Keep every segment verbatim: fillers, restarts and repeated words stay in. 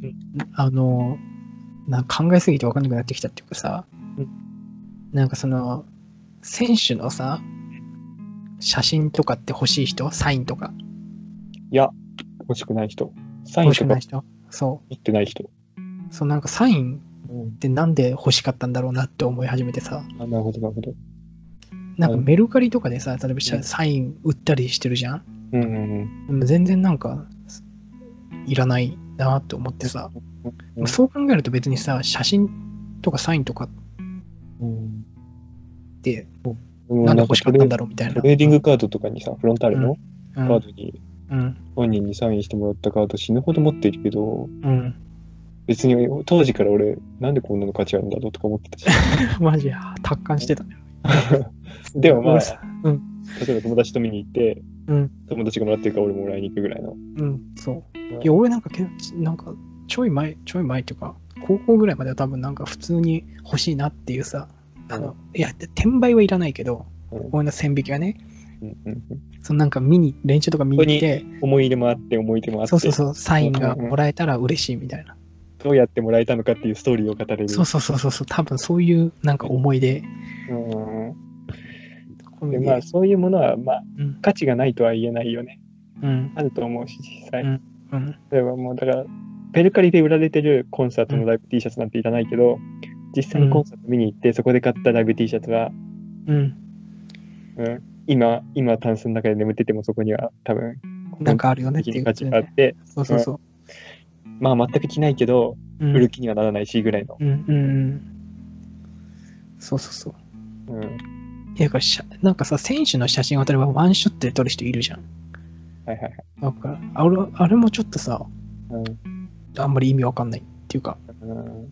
うん、 あの、なんか考えすぎて分かんなくなってきたっていうかさ、 うん、 なんかその、選手のさ、写真とかって欲しい人サインとか。 いや、欲しくない人。サイ欲ンとかしくない人そ持ってない人。 う。そう、なんかサインうん。 ってなんで欲しかったんだろうなって思い始めてさ、 あ、なるほど、なるほど。 なんかあの、 メルカリとかでさ、例えばうん、 サイン売ったりしてるじゃん。 うん、うん、 でも全然なんか、いらないなって思ってさ、 うん、 そう考えると別にさ、写真とかサインとかっうん。 て、 もうなんでなんかトレ、 欲しかったんだろうみたいな。 トレーディングカードとかにさ、フロンターうん。 レのうん。 カードにうん。 本人にサインしてもらったカード死ぬほど持ってるけど、 うん。 別に当時から俺、なんでこんなの価値あるんだろうとか思ってたし。 マジ、達観してたね。すごい。 でもまあ、 俺さ、うん。 例えば友達と見に行って、 うん。 友達がもらってるから俺ももらいに行くぐらいの。 うん。そう。 うん、 いや、俺なんかけ、なんか、ちょい前、ちょい前っていうか、高校ぐらいまでは多分なんか普通に欲しいなっていうさ、あの、いや、転売はいらないけど、 うん、 俺の線引きはね、 うんうんうん。 そのなんか見に、練習とか見ここにに行って、 思い入れもあって、思い出もあって、 そうそうそう、サインがうんうんうん、 もらえたら嬉しいみたいな。 どうやってもらえたのかっていうストーリーを語れる。 そうそうそうそう、多分そういうなんか思い出うんうん、で、まあ、 込みで、 そういうものは、まあ、 うん、 価値がないとは言えないよね。 うん、 あると思うし、実際。 うん、うん、 例えばもう、だから、メルカリで売られてるコンサーうん、 トのライブ T シャツなんていらないけど、実うん、 際にコンサート見に行って、そこで買ったライブ T シャツは、 うん、 うん、今、今、タンスの中で眠っててもそこには多分、 なんかあるよねっていう的に価値ことでね。 があって、うん、 そうそうそまあ、全く着ないけど、 う。うん、 売る気にはならないし、ぐらいの。 うん、うん、そうそうそう。 うん。 いや、なんかさ、選手の写真を例えばワンショットで撮る人いるじゃん。 はいはいはい。 なんか、あれあれもちょっとさ、 うん。 あんまり意味わかんないっていうか、 うん、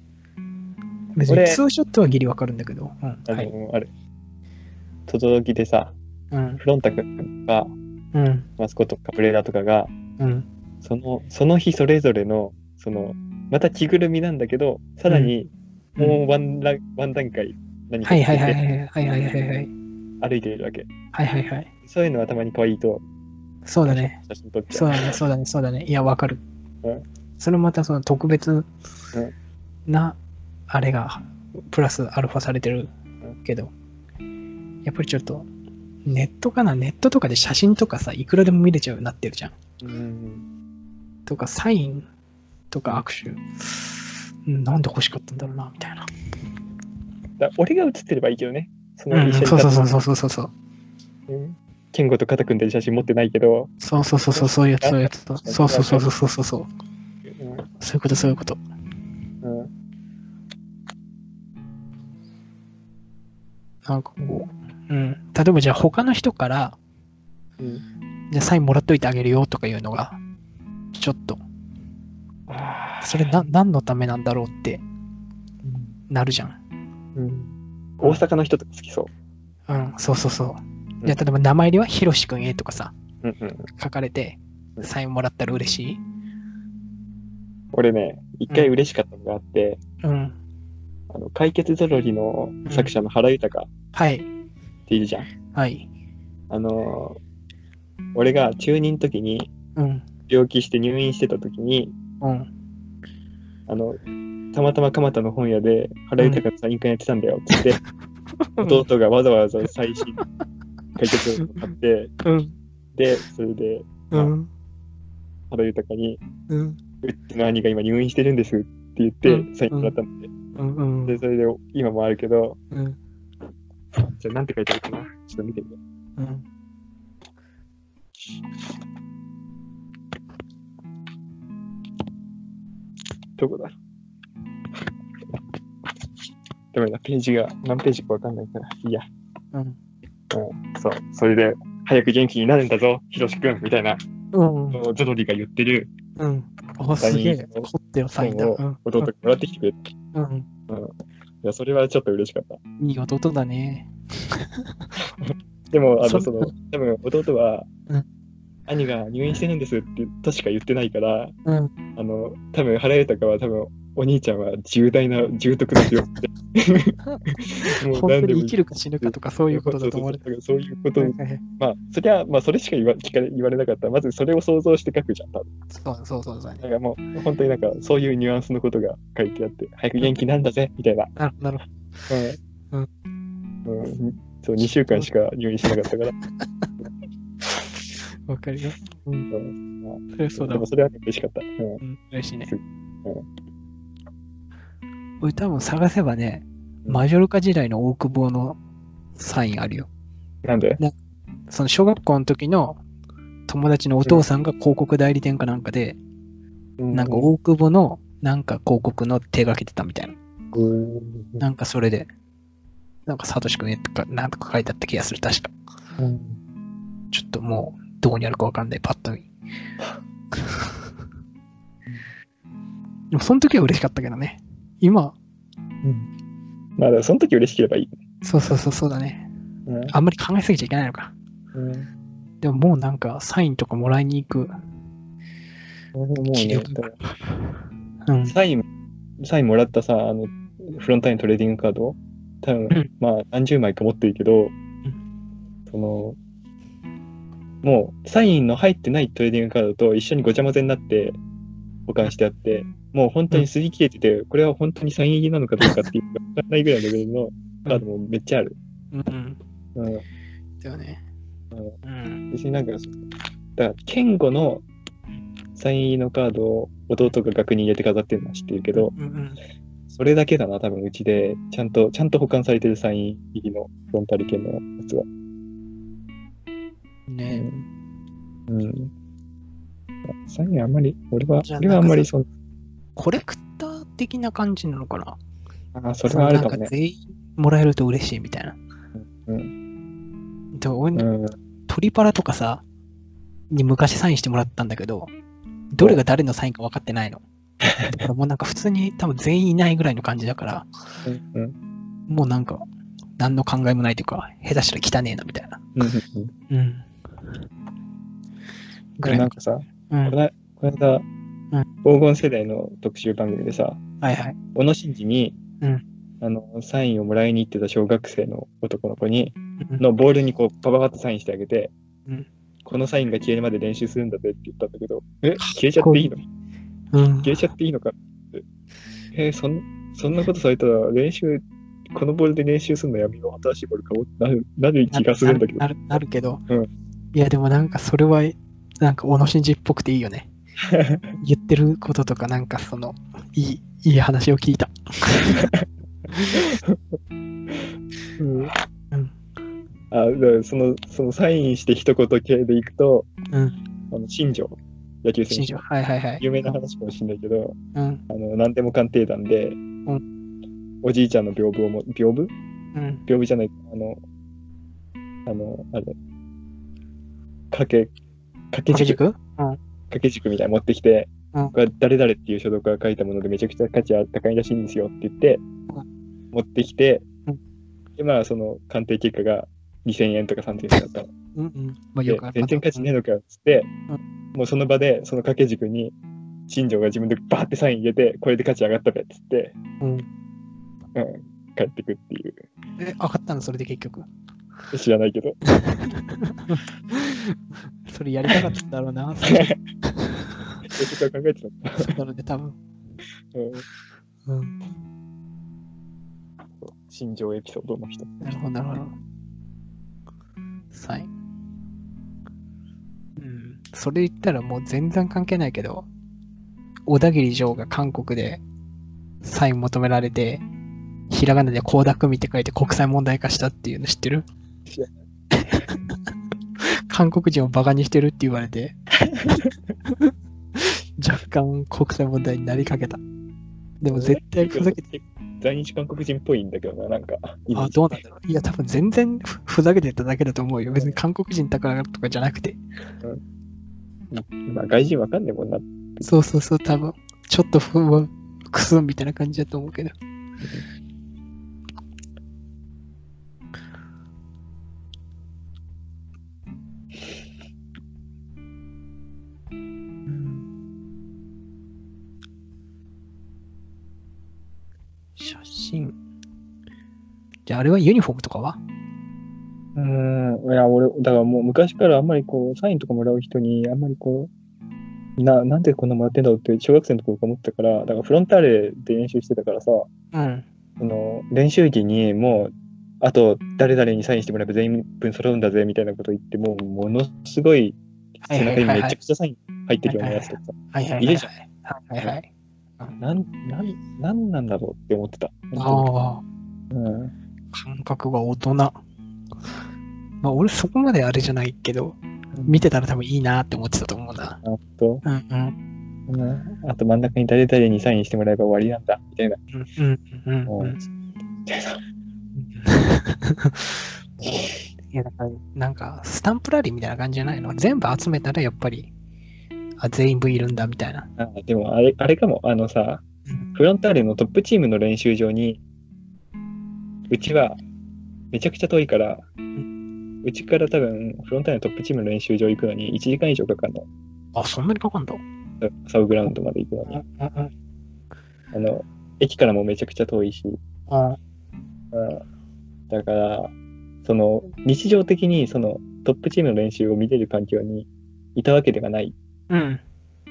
別に俺、 ツーショットはギリわかるんだけど、うん、 あはい。 の、あれ、轟でさ、 うん、 フロンタ君が、 うん、 マスコット、カプレーダとかが、 うん、 その、その日それぞれの、その、また着ぐるみなんだけど、さうん、 らに、 うん。 もうワンラン、ワン段階何はいはいはいかつけてはいはいはいはいはい。 歩いているわけ。 はいはいはい。 そういうのはたまに可愛いと、あ、写そうだね。 写真撮っちゃう。 そうだね、そうだね、そうだね。いや、わかる。 うん、 それまたその特別うん、 な、あれが、プラスアルファされてるうん、 けど、やっぱりちょっと、ネットかなネットとかで写真とかさ、いくらでも見れちゃうようになってるじゃん。 うん。 とか、サインとか握手、うん、なんで欲しかったんだろうな、みたいな。 だ俺が写ってればいいけどね。そのうん、 一緒にそうそう立そうそうそうそう。 って、うん、ケンゴと肩組んでる写真持ってないけど、 そうそうそうそう、そういうやつ、そういうやつと。そうそうそうそうそうそう。 うん、 そういうこと、そういうこと。 うん、 なんかこう、うん。例えばじゃあ他の人から、 うん。 じゃあサインもらっといてあげるよとかいうのが、ちょっと、それな何のためなんだろうってなるじゃん。 うん、大阪の人とか好きそうん、そうそうそう。 うんじゃあ例えば名前ではひろしくんへとかさ、 う。うんうん、 書かれて、サインもらったら嬉しい。 俺ね、一回嬉しかったのがあって、 うん。 あの、解決ぞろりの作者の原豊っはい。 ているじゃん。 はい。 あのー俺が中にの時にうん。 病気して入院してた時に、 うん。 あの、たまたま蒲田の本屋で原豊のサイン会やってたんだよって言って、弟がわざわざ最新解決ぞろりを買って、 うん。 で、それで、まあ、 うん。 原豊に、 うん。 うちの兄が今入院してるんですって言って、サインもらったんで。 うんうん。 で、それで今もあるけど、 うん。 じゃあなんて書いてあるかな、ちょっと見てみて。 うん。 どこだ。ダメだ、ページが何ページかわかんないから、いいや。 うん。 うん、そう、それで、早く元気になるんだぞ、ひろしくん、みたいな、 うん。 ゾロリが言ってる、 うん。お、すげえ。凝ってるサインだ。 を弟がもらってきてくれた。 うん。 うん。いや、それはちょっと嬉しかった。 いい弟だね。 でも、あの、 そその、多分弟は、 うん、 兄が入院してるんですってとしか言ってないから、 うん。 あの、多分原豊は多分、 お兄ちゃんは重大な重篤な病気で、もう本当何でもに生きるか死ぬかとかそういうことだと思われた。 そうそうそうそういうこと、 はいはいはい。 まあ、そりゃ、まあ、それしか言わ聞かれ言われなかったら、まずそれを想像して書くじゃん、多分。 そうそうそうそうね。 だからもう、本当になんか、そういうニュアンスのことが書いてあって、早くうん元気なんだぜ、みたいな。 なるなるほうん。 うんうん。そう、にしゅうかんしか入院しなかったから。 ど。わかるよ。う。 うんん。まあ、 それはそうだわ。 でもそれは嬉しかった。うん。 うん。嬉しいねす。うん。 俺多分探せばね、 うんマジョルカ時代の大久保のサインあるよ。 なんでなその小学校の時の友達のお父さんが広告代理店かなんかで、なんか大久保のなんか広告の手がけてたみたいな。 うんなんかそれで、なんかサトシ君とかなんとか書いてあった気がする、確か。 うんちょっともうどこにあるかわかんない、パッと見。でもその時は嬉しかったけどね。今、 まあ、でもその時嬉しければいい。 そうそうそうそうだね。 うん。 あんまり考えすぎちゃいけないのか。 うん。 でももうなんかサインとかもらいに行くもうね、 気力が。 だかうんら。サイン、サインもらったさ、あの、フロントライントレーディングカード、多分、 うんまあ、何十枚か持ってるけど、その、もう、サインの入ってないトレーディングカードと一緒にごちゃ混ぜになって保管してあって、もう本当に擦り切れてて、これは本当にサイン入りなのかどうかっていうのが分からないぐらいのレベルのカードもめっちゃある。 うんうん。 うん。 だよね。 うんうん。 別になんか、だから、ケンゴのサイン入りのカードを弟が額に入れて飾ってるのは知ってるけど、 うんうん。 それだけだな、多分うちで、ちゃんと、ちゃんと保管されてるサイン入りのフロンタル系のやつは。うねん。うん。サインあんまり、俺は、 じゃあ俺はあんまりそんコレクター的な感じなのかな。 あ、それはあるかもね。 そのなんか全員もらえると嬉しいみたいな。 うん。 でも俺、 うん。 トリパラとかさ、に昔サインしてもらったんだけど、どれが誰のサインか分かってないの。だからもうなんか普通に多分全員いないぐらいの感じだから、 うん。うん。 もうなんか、何の考えもないというか、下手したら汚ねえなみたいな。 うん。 うん。ぐらいの。 なんかさ、 うん。 このこの間、 うん黄金世代の特集番組でさ、 はいはい。 小野伸二に、 うん。 あの、サインをもらいに行ってた小学生の男の子に、 うんのボールにこう、パパパッとサインしてあげて、 うんこのサインが消えるまで練習するんだぜって言ったんだけど、え、消えちゃっていいのうん。 消えちゃっていいのかって。えーそん、そんなことされたら練習、このボールで練習するのやめよう、新しいボール買おうってなる、なる気がするんだけど。 なる、なるなるけど、 うんいやでもなんかそれは、なんか小野伸二っぽくていいよね。言ってることとかなんかその、いい、いい話を聞いた。 うん。あ、だからその、そのサインして一言系でいくと、 うん。 あの、新庄、野球選手新庄。、はいはいはい。 有名な話かもしれないけど、 うん。 あの、何でも鑑定団で、おじいちゃんの屏風をも、屏風うん。 屏風じゃない、あの、あの、あれ、掛け、掛け掛け軸軸うん。 掛け軸みたいなの持ってきて、 うんこれは誰々っていう所属が書いたものでめちゃくちゃ価値が高いらしいんですよって言って、 うん持ってきてうん、 で、まあ、その鑑定結果がにせんえんとかさんぜんえんだったの。 うんうん。まあでよくある全然価値ねえのかっつって、 うもうその場でその掛け軸に新庄が自分でバーってサイン入れて、これで価値上がったべっつって、 うん。 うん、帰ってくっていう。 え、上がったのそれで結局。 知らないけど。 それやりたかったんだろうな。 そういうことは考えてたんだ。 そうなので多分。 うん、 うん。 新庄エピソードの人。 なるほど、なるほど。サイン。うん。それ言ったらもう全然関係ないけど、小田切城が韓国でサイン求められて、ひらがなで倖田來未って書いて国際問題化したっていうの知ってる？ 知らない。 韓国人をバカにしてるって言われて、若干国際問題になりかけた。でも絶対ふざけて、 在日韓国人っぽいんだけどな、なんか。 あ、どうなんだろう。いや、多分全然ふふざけてただけだと思うよ。別に韓国人だからとかじゃなくて。 まあ、外人わかんねえもんな。 そうそうそう、多分、ちょっとふわ、くすんみたいな感じだと思うけど。 新。じゃああれはユニフォームとかは？ うーん、いや、俺、だからもう昔からあんまりこう、サインとかもらう人に、あんまりこう、な、なんでこんなもらってんだろうって小学生の頃から思ってたから、だからフロンターレで練習してたからさ、 うん。 その練習着にもう、あと誰々にサインしてもらえば全員分揃うんだぜみたいなこと言って、もうものすごい背中にめちゃくちゃサイン入ってるようなやつとかさ、 はいはいはい。 いるじゃん。 はいはいはい。 なん、なん、なんなんだろうって思ってた。 ああ、 うん。 感覚が大人。まあ俺そこまであれじゃないけど、 うん見てたら多分いいなって思ってたと思うな。 あと、 うんうん。 うん、あと真ん中に誰々にサインしてもらえば終わりなんだ、みたいな。 うんうんうんうん。 うんみたいな。 いやだからなんかスタンプラリーみたいな感じじゃないの？全部集めたらやっぱり、あ、全員分いるんだみたいな。 あでもあれ、あれかも、あのさ、フロンターレのトップチームの練習場に、うちはめちゃくちゃ遠いから、うちから多分フロンターレのトップチームの練習場行くのにいちじかん以上かかるの。 あ、そんなにかかんだ。 サブグラウンドまで行くのに。 うんうんあの、駅からもめちゃくちゃ遠いし。 うんうん、だから、その、日常的にそのトップチームの練習を見れる環境にいたわけではないうん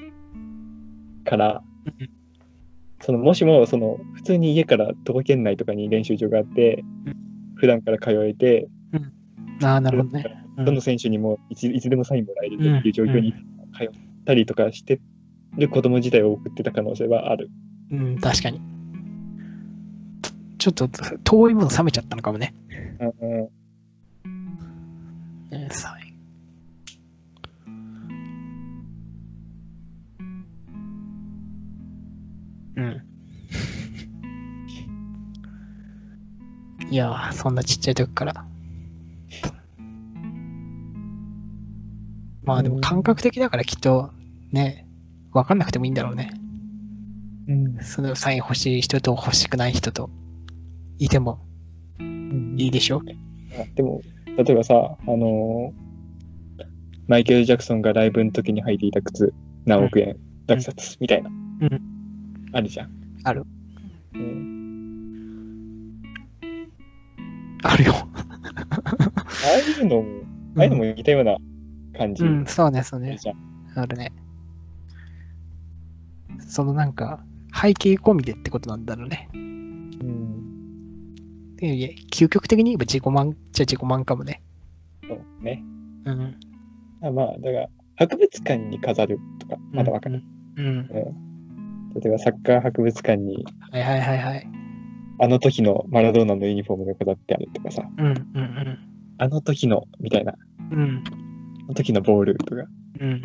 から、 うんその、もしも、その、普通に家から徒歩圏内とかに練習場があってうん、 普段から通えて、 ああ、なるほどね。 どの選手にもいついつでもサインもらえるっていう状況に通ったりとかしてる子供自体を送ってた可能性はある。 うん、うん、確かに。ちょっと遠いもの冷めちゃったのかもね。 うんうんねサインうん。いやー、そんなちっちゃい時から。まあでも感覚的だからきっとね、わかんなくてもいいんだろうね。 うんそのサイン欲しい人と欲しくない人といてもいいでしょ。 あでも、例えばさ、あのーマイケル・ジャクソンがライブの時に履いていた靴、何億円落札みたいな、 うんあるじゃん。 ある。 うん、 あるよ。 ああいうのも、ああいうのも似たような感じ、 うん、そうね、そうね。 じゃん。 あるね。そのなんか、背景込みでってことなんだろうね。 うん、 でいや究極的に言えば自己満じゃ自己満かもね。 そうね。 うん。 あまあ、だから、博物館に飾るとか、まだわかる。 うん。うん。 例えば、サッカー博物館に、 はいはいはいはい。 あの時のマラドーナのユニフォームが飾ってあるとかさ、 うんうんあの時の、みたいな、 うん。うん。 あの時のボールとか、 うん。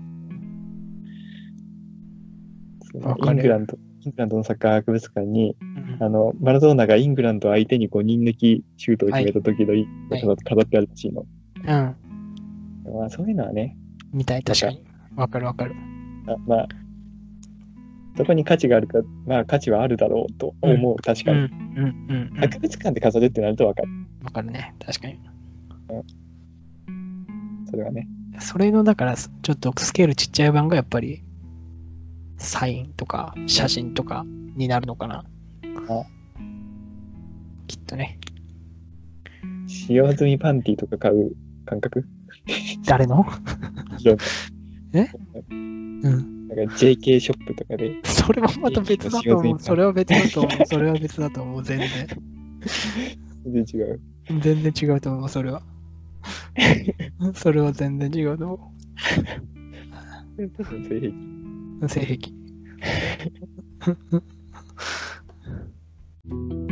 そのわかるイングランド、イングランドのサッカー博物館に、 うんあの、マラドーナがイングランド相手にこう人抜きシュートを決めた時のインはい飾飾ってあるらしいの。 うん。 まあ、そういうのはね、 みたい、確かに。わかるわかる。 あまあ、そこに価値があるか、まあ価値はあるだろうと思う、確かに。 うんうんうんうん。 博物館で飾るってなるとわかる。 わかるね。確かに。 それはね。 それの、だから、ちょっとスケールちっちゃい版がやっぱり、サインとか写真とかになるのかな。 あきっとね。 使用済みパンティとか買う感覚誰の広えうん。 なんか ジェーケー ショップとかで。 それはまた別だと思う。それは別だと思う。それは別だと思う。全然。 全然違う。 全然違うと思う。それは。それは全然違うと思多分性癖。 う。性癖。